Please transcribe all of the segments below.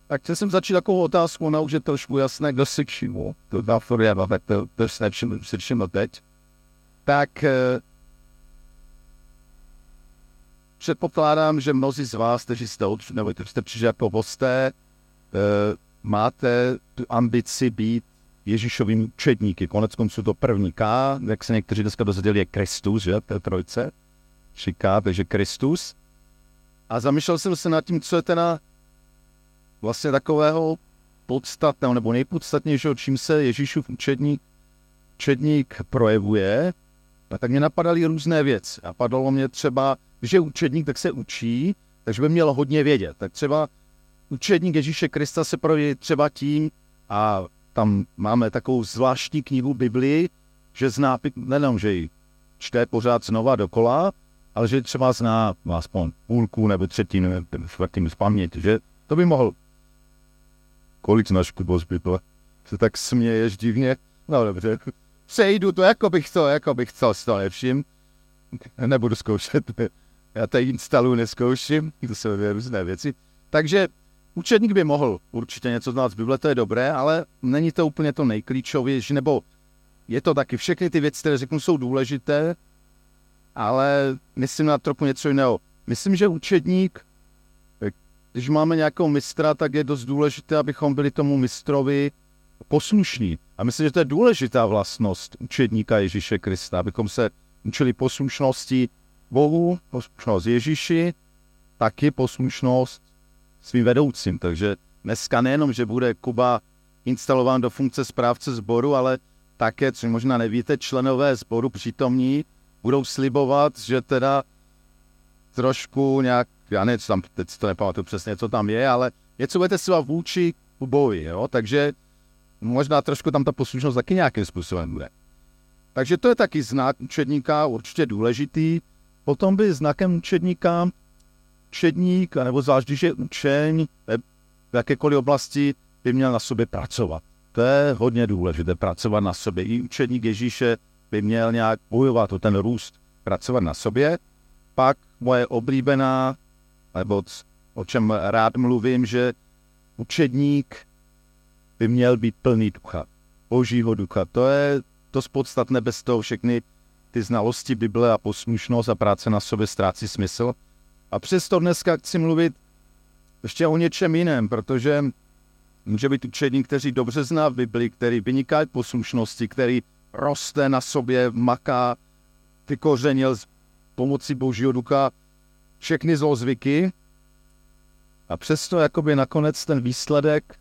Tak chtěl jsem začít takovou otázku, ona už je trošku jasné, kdo si všiml. To dá Floriana, to si všiml teď. Tak předpokládám, že mnozí z vás, kteří jste přišli jako hosté, máte tu ambici být Ježíšovým učedníky. Konec konců to první K, jak se někteří dneska dozvěděli, je Kristus, že? To je trojce. 3K, takže Kristus. A zamýšlel jsem se nad tím, co je teda vlastně takového podstatného nebo nejpodstatnějšího, čím se Ježíšův učedník projevuje. A tak mě napadaly různé věci. Napadalo mě třeba, když je učedník, tak se učí, takže by měl hodně vědět. Tak třeba učedník Ježíše Krista se projeví třeba tím, a tam máme takovou zvláštní knihu Biblii, že zná, nejenom, že ji čte pořád znova dokola, ale že třeba zná aspoň půlku nebo třetinu, nebo čtvrtinu z paměti, že to by mohl. Kolik znáš Kubo z Bible? Se tak směješ divně? No dobře, přejdu to, jako bych chcel s to lepším. Nebudu zkoušet, já tady instaluju, neskouším, to jsou dvě různé věci. Takže učedník by mohl určitě něco znát z Bible, to je dobré, ale není to úplně to nejklíčovější, nebo je to taky, všechny ty věci, které řeknu, jsou důležité, ale myslím na trochu něco jiného. Myslím, že učedník, když máme nějakého mistra, tak je dost důležité, abychom byli tomu mistrovi poslušní. A myslím, že to je důležitá vlastnost učedníka Ježíše Krista, abychom se učili poslušnosti Bohu, poslušnost Ježíši, taky poslušnost svým vedoucím. Takže dneska nejenom, že bude Kuba instalován do funkce správce sboru, ale také, co možná nevíte, členové sboru přítomní budou slibovat, že teda trošku nějak, já nevím, tam, teď si to nepamatuju přesně, co tam je, ale něco budete si vůči Kubovi, jo, takže možná trošku tam ta poslušnost taky nějakým způsobem bude. Takže to je taky znak učedníka, určitě důležitý. Potom by znakem učedníka, nebo zvlášť, když je učeň v jakékoliv oblasti, by měl na sobě pracovat. To je hodně důležité, pracovat na sobě. I učedník Ježíše by měl nějak bojovat o ten růst, pracovat na sobě. Pak moje oblíbená, nebo o čem rád mluvím, že učedník by měl být plný ducha, Božího ducha. To je dost podstatné, bez toho všechny ty znalosti Bible a poslušnost a práce na sobě ztrácí smysl. A přesto dneska chci mluvit ještě o něčem jiném, protože může být učedník, který dobře zná Bibli, který vyniká poslušnosti, který roste na sobě, maká, vykořenil s pomocí Božího ducha všechny zlozvyky a přesto jakoby nakonec ten výsledek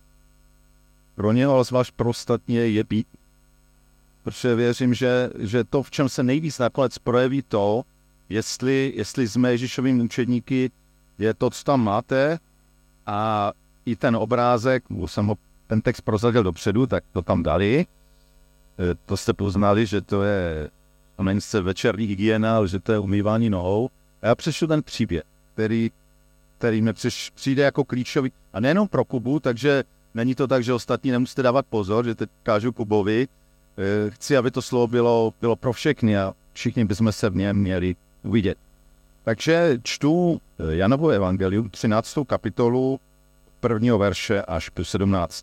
pro něho, ale zvlášť pro ostatní, je být. Protože věřím, že to, v čem se nejvíc nakonec projeví to, jestli jsme Ježíšovými učedníky, je to, co tam máte a i ten obrázek, jsem ten text prozradil dopředu, tak to tam dali. To jste poznali, že to není se večerní hygiena, ale že to je umývání nohou. A já přešel ten příběh, který mi přijde jako klíčový. A nejenom pro Kubu, takže není to tak, že ostatní nemusíte dávat pozor, že teď kážu Kubovi. Chci, aby to slovo bylo pro všechny a všichni bychom se v něm měli uvidět. Takže čtu Janovo evangelium, 13. kapitolu, 1. verše až po 17.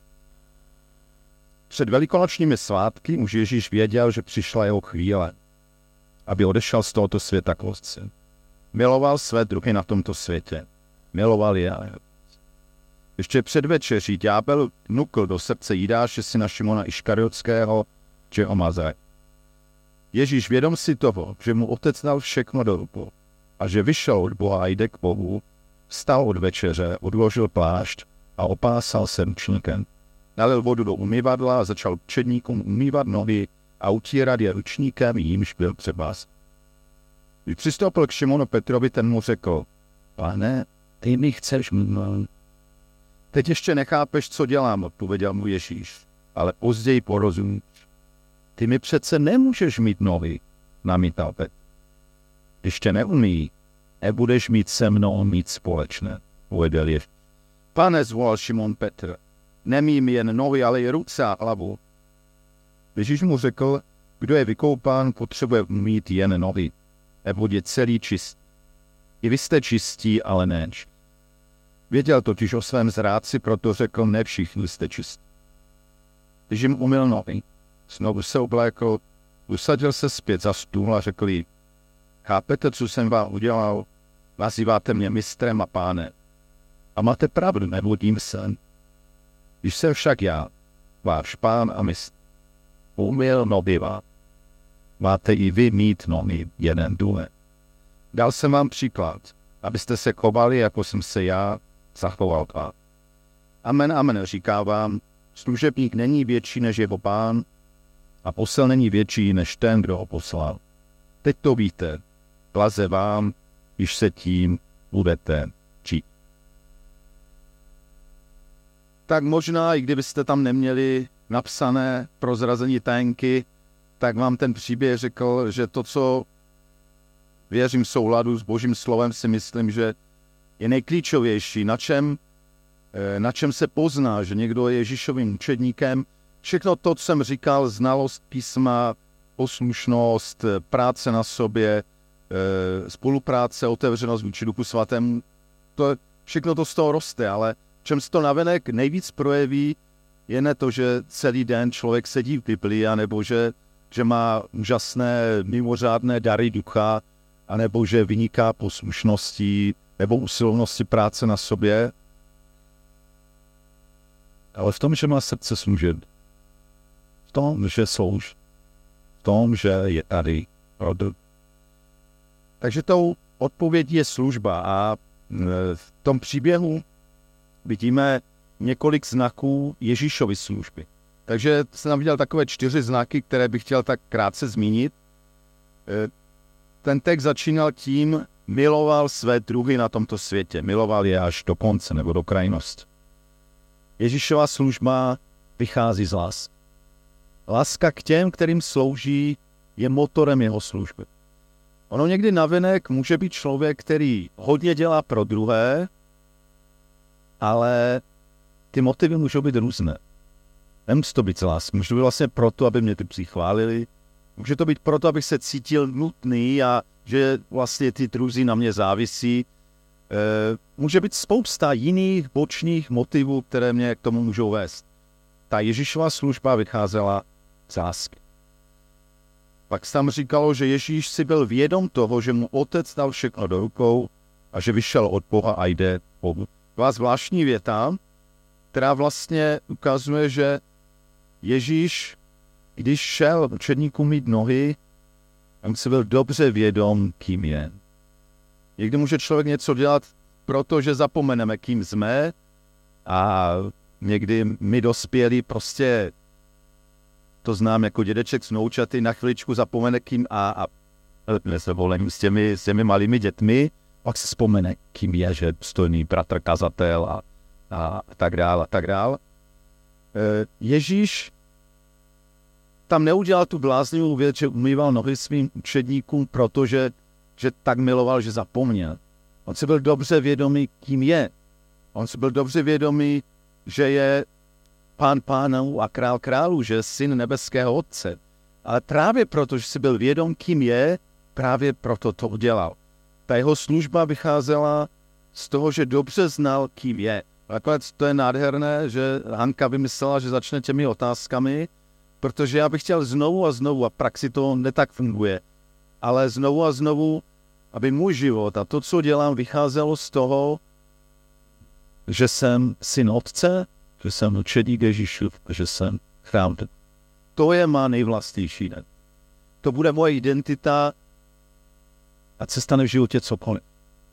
Před velikonočními svátky už Ježíš věděl, že přišla jeho chvíle, aby odešel z tohoto světa k Otci. Miloval své druhy na tomto světě. Miloval je. Ještě před večeří ďábel vnukl do srdce Jidáše, syna Šimona Iškariotského, že ho mazaj. Ježíš, vědom si toho, že mu Otec dal všechno do rukou a že vyšel od Boha a jde k Bohu, vstal od večeře, odložil plášť a opásal se ručníkem. Nalil vodu do umyvadla a začal učedníkům umývat nohy a utírat je ručníkem, jímž byl třebas. Když přistoupil k Šimonu Petrovi, ten mu řekl: Pane, ty mi chceš mít. Teď ještě nechápeš, co dělám, odpověděl mu Ježíš, ale později porozumíš. Ty mi přece nemůžeš mít nohy, namítal Petr. Ještě neumí, nebudeš mít se mnou nic společné, uvedl Ježíš. Pane, zvolal Šimon Petr, nemím jen nohy, ale i ruce a hlavu. Ježíš mu řekl: kdo je vykoupán, potřebuje mít jen nohy, neboť je celý čistý. I vy jste čistí, ale ne. Věděl totiž o svém zrádci, proto řekl, ne všichni jste čistí. Když jim umyl nohy, znovu se oblékl, usadil se zpět za stůl a řekl jí, chápete, co jsem vám udělal? Nazýváte mě mistrem a pánem. A máte pravdu, nevodím se. Když jsem však já, váš pán a mistr, umyl nohy vám, máte i vy mít nohy jeden druhé. Dal jsem vám příklad, abyste se chovali, jako jsem se já zachoval k vám. Amen, amen, říká vám, služebník není větší než jeho pán a posel není větší než ten, kdo ho poslal. Teď to víte, blaze vám, když se tím budete žít. Tak možná, i kdybyste tam neměli napsané prozrazení tajenky, tak vám ten příběh řekl, že to, co věřím v souladu s Božím slovem, si myslím, že je nejklíčovější, na čem se pozná, že někdo je Ježíšovým učedníkem. Všechno to, co jsem říkal, znalost písma, poslušnost, práce na sobě, spolupráce, otevřenost vůči Duchu Svatému, všechno to z toho roste, ale čem se to navenek nejvíc projeví, je ne to, že celý den člověk sedí v Biblii, anebo že má úžasné, mimořádné dary ducha, anebo že vyniká poslušností nebo usilovnosti práce na sobě, ale v tom, že má srdce služit, v tom, že slouží, v tom, že je tady rodu. Takže tou odpovědí je služba a v tom příběhu vidíme několik znaků Ježíšovy služby. Takže jsem tam viděl takové 4 znaky, které bych chtěl tak krátce zmínit. Ten text začínal tím, miloval své druhy na tomto světě. Miloval je až do konce nebo do krajnosti. Ježíšova služba vychází z lásky. Láska k těm, kterým slouží, je motorem jeho služby. Ono někdy navenek může být člověk, který hodně dělá pro druhé, ale ty motivy můžou být různé. Nemusí to být z lásky. Může to být vlastně proto, aby mě ty chválili. Může to být proto, abych se cítil nutný a že vlastně ty druzí na mě závisí. Může být spousta jiných bočních motivů, které mě k tomu můžou vést. Ta Ježíšova služba vycházela z lásky. Pak se tam říkalo, že Ježíš si byl vědom toho, že mu otec dal všechno do rukou a že vyšel od Boha a jde k Bohu. Byla zvláštní věta, která vlastně ukazuje, že Ježíš, když šel učedníkům mít nohy, on si byl dobře vědom, kým je. Někdy může člověk něco dělat, protože zapomeneme, kým jsme, a někdy my dospělí prostě, to znám jako dědeček s noučaty, na chviličku zapomene, kým a nezavolím s těmi malými dětmi, pak se vzpomene, kým je, že stojný bratr kazatel a tak dál a tak dál. Ježíš tam neudělal tu bláznivou věc, že umýval nohy svým učedníkům, protože že tak miloval, že zapomněl. On si byl dobře vědomý, kým je. On si byl dobře vědomý, že je pán pánů a král králů, že je syn nebeského otce. Ale právě proto, že si byl vědom, kým je, právě proto to udělal. Ta jeho služba vycházela z toho, že dobře znal, kým je. Nakonec to je nádherné, že Hanka vymyslela, že začne těmi otázkami, protože já bych chtěl znovu a znovu, a v praxi to netak funguje, ale znovu a znovu, aby můj život a to, co dělám, vycházelo z toho, že jsem syn otce, že jsem učedník Ježíšův, že jsem chrám. To je má nejvlastnější den. To bude moje identita, ať se stane v životě cokoliv.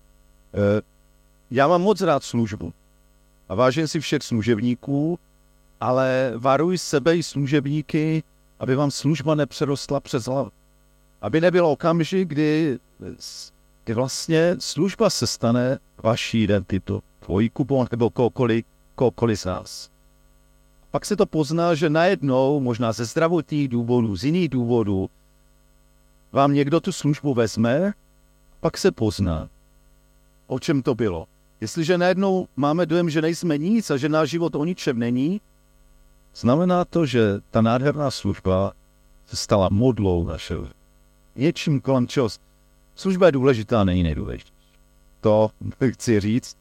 Já mám moc rád službu a vážím si všech služebníků, ale varuji sebe i služebníky, aby vám služba nepřerostla přes hlavu. Aby nebyl okamžik, kdy vlastně služba se stane vaší identitou, tvojí kupon nebo kohokoliv z nás. Pak se to pozná, že najednou, možná ze zdravotních důvodů, z jiných důvodů, vám někdo tu službu vezme, pak se pozná, o čem to bylo. Jestliže najednou máme dojem, že nejsme nic a že náš život o ničem není, znamená to, že ta nádherná služba se stala modlou našeho. Něčím kolem čeho. Služba je důležitá, není nejdůležitější. To chci říct.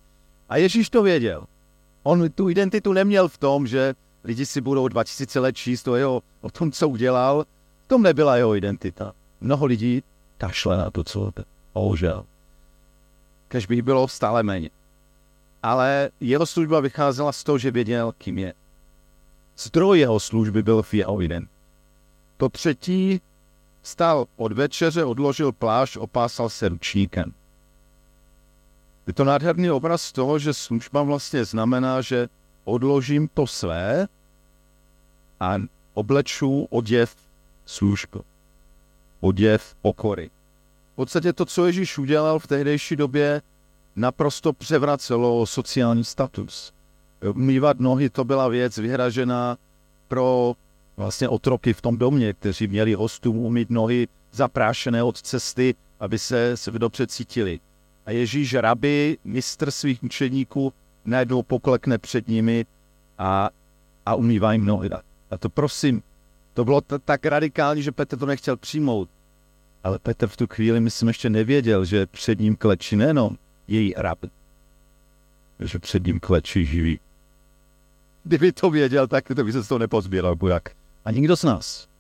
A Ježíš to věděl. On tu identitu neměl v tom, že lidi si budou 2000 let číst o tom, co udělal. V tom nebyla jeho identita. Mnoho lidí kašle na to, co bohužel. Kež by bylo stále méně. Ale jeho služba vycházela z toho, že věděl, kým je. Zdroj jeho služby byl v jeho identitě. To třetí, stál od večeře, odložil plášť, opásal se ručníkem. Je to nádherný obraz toho, že služba vlastně znamená, že odložím to své a obleču oděv služby. Oděv pokory. V podstatě to, co Ježíš udělal v tehdejší době, naprosto převracelo sociální status. Umývat nohy, to byla věc vyhražená pro vlastně otroky v tom domě, kteří měli hostům umýt nohy zaprášené od cesty, aby se dobře cítili. A Ježíš, rabi, mistr svých učeníků, najednou poklekne před nimi a umývá jim nohy. A to prosím, to bylo tak radikální, že Petr to nechtěl přijmout. Ale Petr v tu chvíli, myslím, ještě nevěděl, že před ním klečí nejenom její rab, že před ním klečí živý. Kdyby to věděl, tak to by se z toho nepozbíral jak. A nikdo z nás.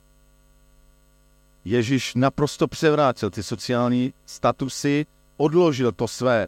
Ježíš naprosto převrátil ty sociální statusy, odložil to své.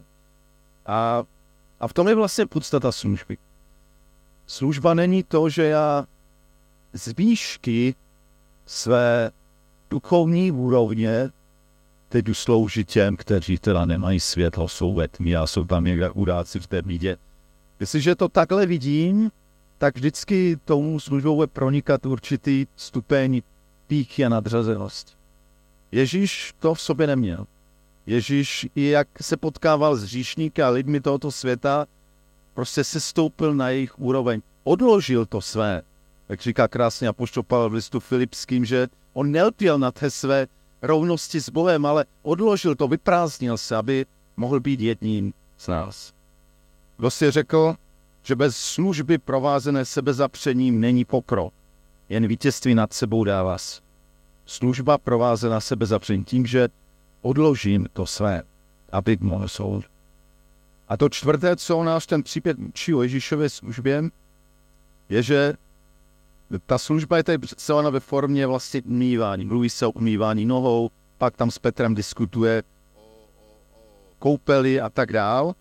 A v tom je vlastně podstata služby. Služba není to, že já z výšky své duchovní úrovně teď jdu sloužit těm, kteří teda nemají světlo, jsou ve tmě a jsou tam někde udáci v té bídě. Jestliže to takhle vidím, tak vždycky tomu službou bude pronikat určitý stupeň pýchy a nadřazenosti. Ježíš to v sobě neměl. Ježíš, i jak se potkával s hříšníky a lidmi tohoto světa, prostě se stoupil na jejich úroveň. Odložil to své. Jak říká krásně apoštol Pavel v listu Filipským, že on nelpěl na té své rovnosti s Bohem, ale odložil to, vyprázdnil se, aby mohl být jedním z nás. Kdo si řekl, že bez služby provázené sebezapřením není pokrok, jen vítězství nad sebou dává. Služba provázená sebezapřením tím, že odložím to své, abych mohl soud. A to čtvrté, co nás ten příběh učí o Ježíšově službě, je, že ta služba je tady představena ve formě vlastně umývání. Mluví se o umývání nohou, pak tam s Petrem diskutuje o koupeli a tak dál.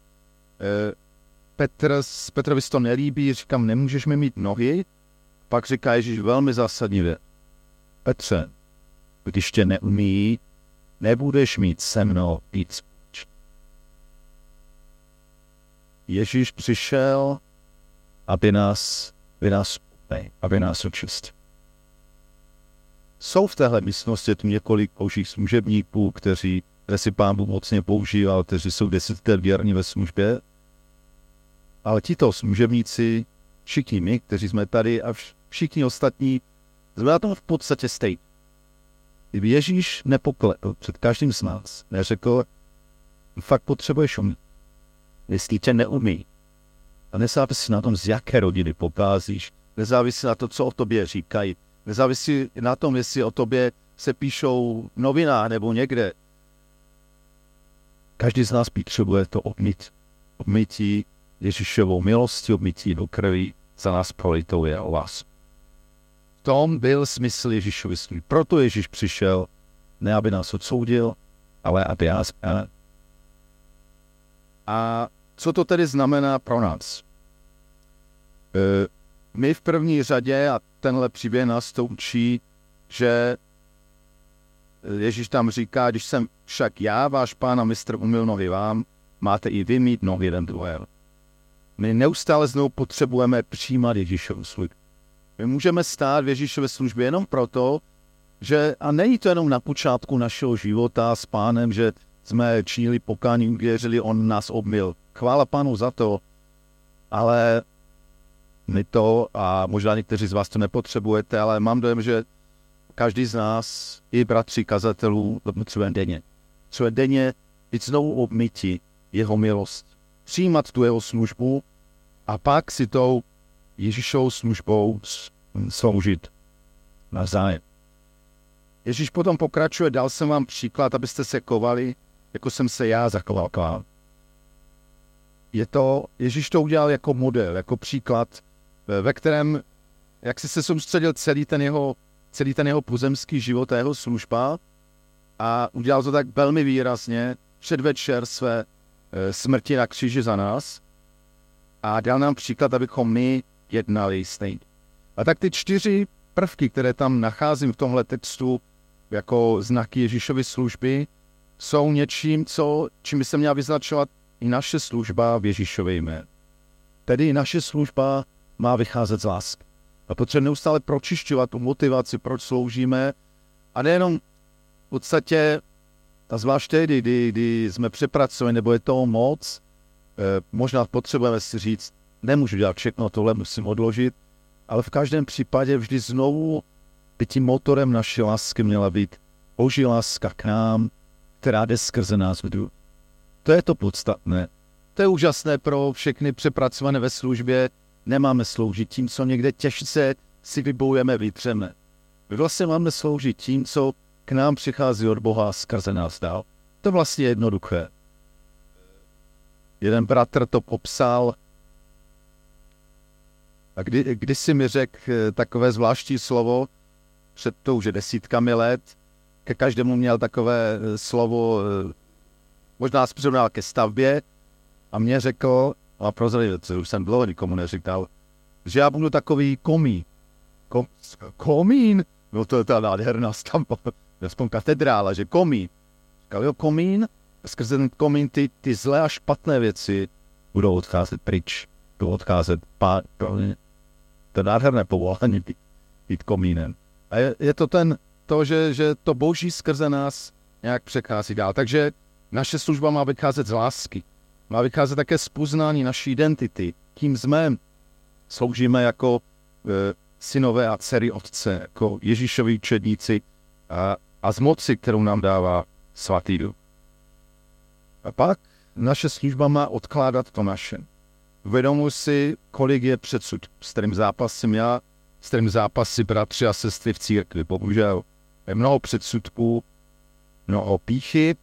Petrovi se to nelíbí, říkám, nemůžeš mi mít nohy. Pak říká Ježíš velmi zásadní věc. Petře, když tě neumí, nebudeš mít se mnou jít společně. Ježíš přišel, aby nás očistil. Jsou v téhle místnosti tu několik božích služebníků, kteří si Pán Bůh mocně používal, kteří jsou desetiletí věrní ve službě. Ale tito služebníci, všichni my, kteří jsme tady a všichni ostatní, jsme na tom v podstatě stejní. Kdyby Ježíš nepoklepl před každým z nás, neřekl, fakt potřebuješ umět. Jestli tě neumí. A nezávisí na tom, z jaké rodiny pocházíš, nezávisí na to, co o tobě říkají, nezávisí na tom, jestli o tobě se píšou v novinách nebo někde. Každý z nás potřebuje to obmytí Ježíšovou milostí, obmytí do krví, za nás prolitou je o vás. V tom byl smysl Ježíšovy služby. Proto Ježíš přišel, ne aby nás odsoudil, ale aby nás. A co to tedy znamená pro nás? My v první řadě, a tenhle příběh nás to učí, že Ježíš tam říká, když jsem však já, váš Pán a mistr, umyl nohy vám, máte i vy mít nohy jeden druhého. My neustále znovu potřebujeme přijímat Ježíšovu službu. My můžeme stát v Ježíšově službě jenom proto, že, a není to jenom na počátku našeho života s Pánem, že jsme činili pokání, uvěřili, on nás obmyl. Chvála Pánu za to, ale my to, a možná někteří z vás to nepotřebujete, ale mám dojem, že každý z nás, i bratři kazatelů, to potřebujeme denně. Potřebujeme denně být znovu obmyti jeho milost, přijímat tu jeho službu a pak si tou Ježíšovou službou sloužit navzájem. Ježíš potom pokračuje, dal jsem vám příklad, abyste se kovali, jako jsem se já zachoval k vám. Ježíš to udělal jako model, jako příklad, ve kterém, jak si se soustředil celý ten jeho pozemský život a jeho služba a udělal to tak velmi výrazně předvečer své smrti na kříži za nás a dal nám příklad, abychom my jednali stejně. A tak ty 4 prvky, které tam nacházím v tomhle textu jako znaky Ježíšovy služby, jsou něčím, čím by se měla vyznačovat i naše služba v Ježíšově jménu. Tedy naše služba má vycházet z lásky. A potřebujeme neustále pročišťovat tu motivaci, proč sloužíme. A nejenom v podstatě, a zvlášť tehdy, kdy jsme přepracovani, nebo je toho moc, možná potřebujeme si říct, nemůžu dělat všechno, tohle musím odložit, ale v každém případě vždy znovu by tím motorem naší lásky měla být Boží láska k nám, která jde skrze nás v duchu. To je to podstatné. To je úžasné pro všechny přepracované ve službě. Nemáme sloužit tím, co někde těžce si vybojujeme, vytřeme. My vlastně máme sloužit tím, co k nám přichází od Boha skrze nás dál. To je vlastně jednoduché. Jeden bratr to popsal a když si mi řekl takové zvláštní slovo, před tou už desítkami let, ke každému měl takové slovo, možná přirovnal ke stavbě a mě řekl, a prozradil, co už jsem dlouho nikomu neříkal, že já budu takový komín. Komín? No to je ta nádherná stavba, aspoň katedrála, že komín. Říkal, jo, komín, skrze ten komín ty zlé a špatné věci budou odcházet pryč, budou odcházet to nádherné povolání být komínem. A je to že to Boží skrze nás nějak přechází dál. Takže naše služba má vycházet z lásky. Má vycházet také z poznání naší identity. Kým jsme, sloužíme jako synové a dcery Otce, jako Ježíšovi učedníci a z moci, kterou nám dává Svatý Duch. A pak naše služba má odkládat to naše. Uvědomuji si, kolik je předsud, s kterým zápasím já, s kterým zápasí bratři a sestry v církvi. Bohužel je mnoho předsudků, mnoho pýchy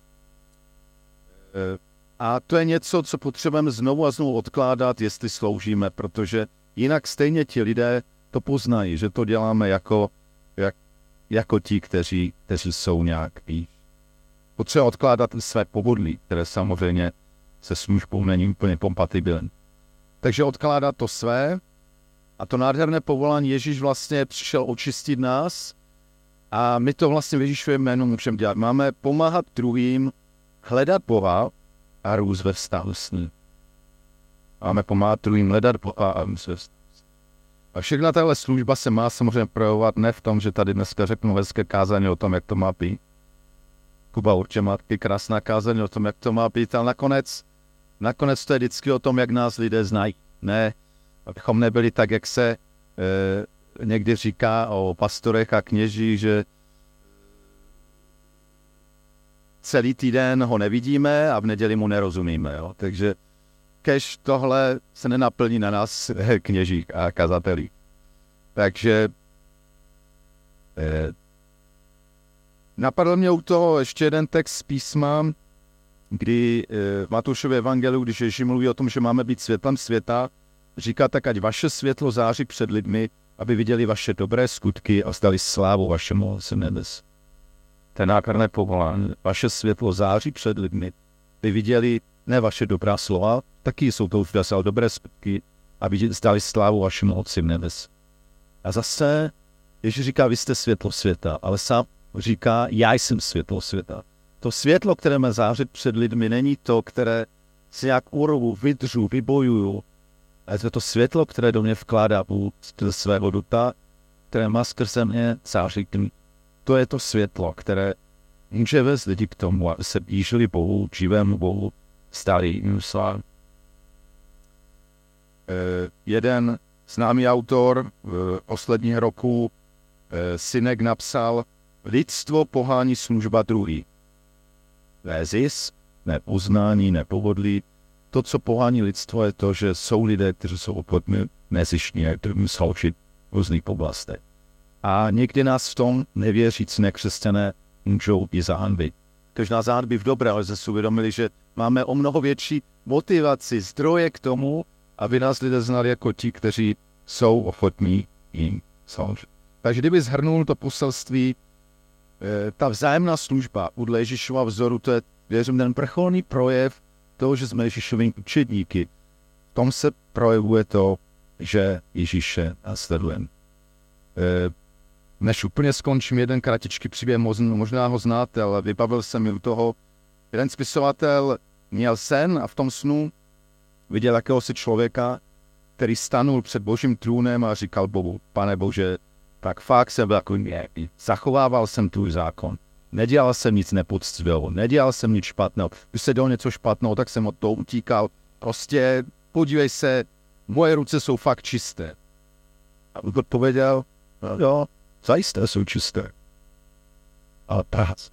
a to je něco, co potřebujeme znovu a znovu odkládat, jestli sloužíme, protože jinak stejně ti lidé to poznají, že to děláme jako ti, kteří jsou nějak pých. Potřebujeme odkládat své pohodlí, které samozřejmě se službou není úplně kompatibilní. Takže odkládat to své a to nádherné povolání Ježíš vlastně přišel očistit nás a my to vlastně v Ježíšově jménu můžeme dělat. Máme pomáhat druhým hledat Boha a růst ve vztahu s ním. Máme pomáhat druhým hledat Boha a růst ve vztahu s ním. A všechna tahle služba se má samozřejmě projevovat ne v tom, že tady dneska řeknu hezké kázání o tom, jak to má být. Kuba určitě má taky krásná kázání o tom, jak to má být, ale nakonec to je vždycky o tom, jak nás lidé znají. Ne, abychom nebyli tak, jak se někdy říká o pastorech a kněžích, že celý týden ho nevidíme a v neděli mu nerozumíme. Jo? Takže kež tohle se nenaplní na nás kněžích a kazatelích. Takže napadl mě u toho ještě jeden text z písma, kdy v Matoušově evangeliu, když Ježíš mluví o tom, že máme být světlem světa, říká tak, ať vaše světlo září před lidmi, aby viděli vaše dobré skutky a vzdali slávu vašemu Otci nebes. Ten nádherné povolání. Vaše světlo září před lidmi, aby viděli ne vaše dobrá slova, taky jsou to už ale dobré skutky, aby vzdali slávu vašemu Otci nebes. A zase Ježíš říká, vy jste světlo světa, ale sám říká, já jsem světlo světa. To světlo, které má zářit před lidmi, není to, které si nějak urvu, vydřu, vybojuju. Ale to je to světlo, které do mě vkládá Bůh ze svého ducha, které má skrze mě zářit. To je to světlo, které může vést lidi k tomu, aby se blížili Bohu, živému Bohu, stali jim slávu. Jeden známý autor posledních roků, Synek, napsal, lidstvo pohání služba druhý. Ne zisk, ne poznání, ne pohodlí. To, co pohání lidstvo, je to, že jsou lidé, kteří jsou ochotní nezištní a kteří sloužit v různých oblastech. A někdy nás v tom nevěřící nekřesťané můžou i zahanbit. Když nás zahanbí v dobré, ale jsme si uvědomili, že máme o mnoho větší motivaci, zdroje k tomu, aby nás lidé znali jako ti, kteří jsou ochotní jim sloužit. Takže kdyby shrnul to poselství, ta vzájemná služba podle Ježíšova vzoru, to je, věřím, ten vrcholný projev toho, že jsme Ježíšovými učedníky. V tom se projevuje to, že Ježíše následujeme. Než úplně skončím, jeden kratičký příběh, možná ho znáte, ale vybavil jsem mi u toho. Jeden spisovatel měl sen a v tom snu viděl jakéhosi člověka, který stanul před Božím trůnem a říkal Bohu, Pane Bože, tak fakt jsem byl jako nějaký. Zachovával jsem tvůj zákon. Nedělal jsem nic nepoctivého, nedělal jsem nic špatného. Když se dělal něco špatného, tak jsem od toho utíkal. Prostě podívej se, moje ruce jsou fakt čisté. A Bůh odpověděl, jo, zajisté jsou čisté. Ale práce.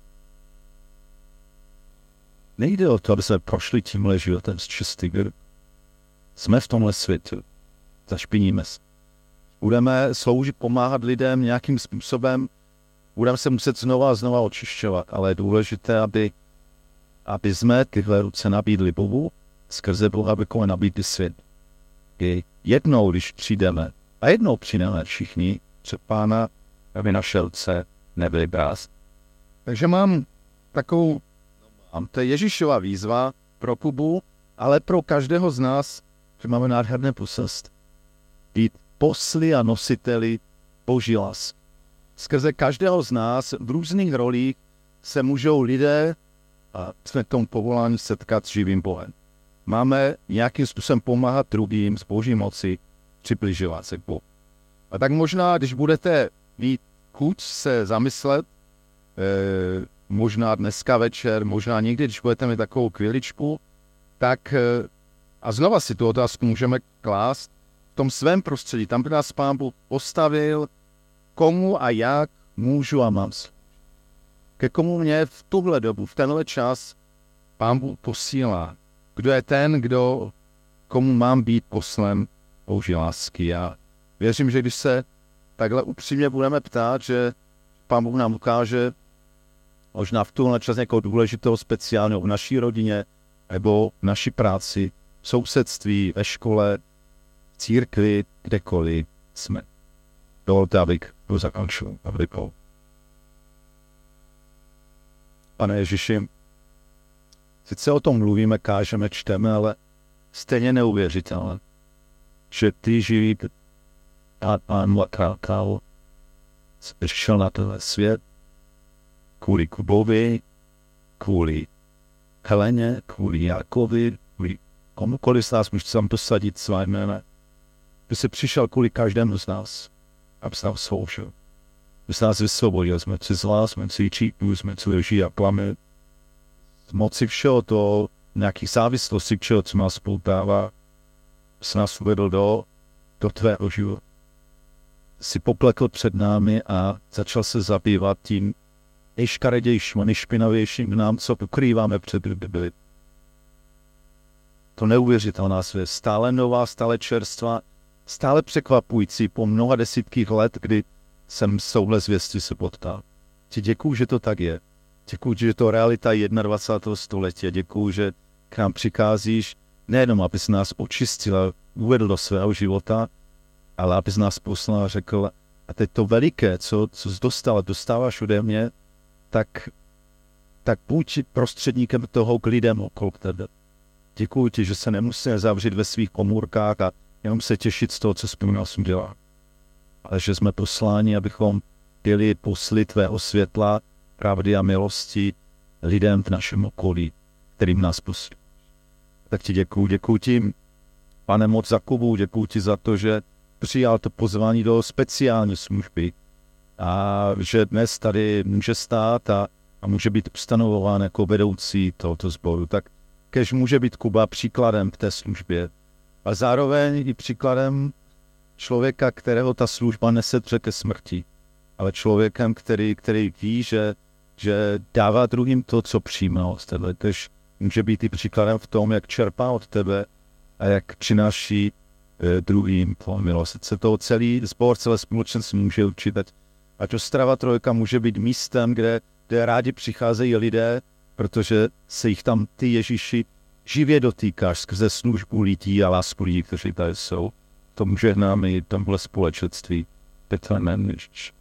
Nejde o to, aby jsme prošli tímhle životem s čistým. Jsme v tomhle světě. Zašpiníme se. Budeme sloužit, pomáhat lidem nějakým způsobem, budeme se muset znova a znova očišťovat, ale je důležité, aby jsme tyhle ruce nabídli Bohu, skrze Boha, abychom nabídli svět. I jednou, když přijdeme, a jednou přijdeme všichni před Pána, aby naše ruce nebyly prázdné. Takže mám to je Ježíšova výzva pro Kubu, ale pro každého z nás, že máme nádherné poselství. Být posly a nositeli Boží lásky. Skrze každého z nás v různých rolích se můžou lidé, a jsme v tom povolání, setkat s živým Bohem. Máme nějakým způsobem pomáhat druhým z Boží moci přibližovat se k Bohu. A tak možná, když budete mít chuť se zamyslet, možná dneska večer, možná někdy, když budete mít takovou chviličku, tak a znova si tu otázku můžeme klást v tom svém prostředí, tam by nás Pán Bůh postavil, komu a jak můžu a mám sloužit. Ke komu mě v tuhle dobu, v tenhle čas Pán Bůh posílá. Kdo je ten, komu mám být poslem Boží lásky. Já věřím, že když se takhle upřímně budeme ptát, že Pán Bůh nám ukáže možná v tuhle čas někoho důležitého, speciálního v naší rodině, nebo v naší práci, v sousedství, ve škole, v církvi, kdekoliv jsme. Dovolte, abych to zakončil. Pane Ježíši, sice o tom mluvíme, kážeme, čteme, ale stejně neuvěřitelné, že ty živý Pán Krákal přišel na tenhle svět kvůli Kubovi, kvůli Heleně, kvůli Jakovi, kvůli komukoliv z nás může sám posadit svá jména. Že jsi přišel kvůli každému z nás, aby se nám sloužil. Aby se nás vysvobodil, jsme si zlá, jsme si čípů, jsme si lží a plamy. Z moci všeho toho, nějakých závislostí všeho, co nás spoutává, se nás uvedl do tvého života. Jsi poplekl před námi a začal se zabývat tím nejškaredějším a nejšpinavějším nám, co pokrýváme před Bibli. To neuvěřitelná svět, stále nová, stále čerstvá, stále překvapující po mnoha desítkách let, kdy jsem s touhle zvěstí se potkal. Ti děkuju, že to tak je. Děkuju, že to realita 21. století. Děkuju, že k nám přicházíš nejenom, abys nás očistil a uvedl do svého života, ale abys nás poslal a řekl, a teď to veliké, co jsi dostáváš ode mě, tak buď prostředníkem toho k lidem okolo tebe. Děkuju ti, že se nemusíme zavřít ve svých komůrkách a jenom se těšit z toho, co spolu jsem dělal. Ale že jsme posláni, abychom byli posly tvého světla, pravdy a milosti lidem v našem okolí, kterým nás posílá. Tak ti děkuju ti, Pane, moc za Kubu, děkuju ti za to, že přijal to pozvání do speciální služby a že dnes tady může stát a může být ustanovován jako vedoucí tohoto sboru. Tak kež může být Kuba příkladem v té službě a zároveň i příkladem člověka, kterého ta služba nese ke smrti, ale člověkem, který ví, že dává druhým to, co přijímá od tebe. Tež může být i příkladem v tom, jak čerpá od tebe a jak přináší druhým tvou milost. Se toho celý sbor, celé společenství může učit, ať Ostrava Trojka může být místem, kde rádi přicházejí lidé, protože se jich tam ty Ježíši živě dotýkáš skrze službu lidí a lásku lidí, kteří tady jsou. Tomu žehnáme i tomhle společenství. Amen.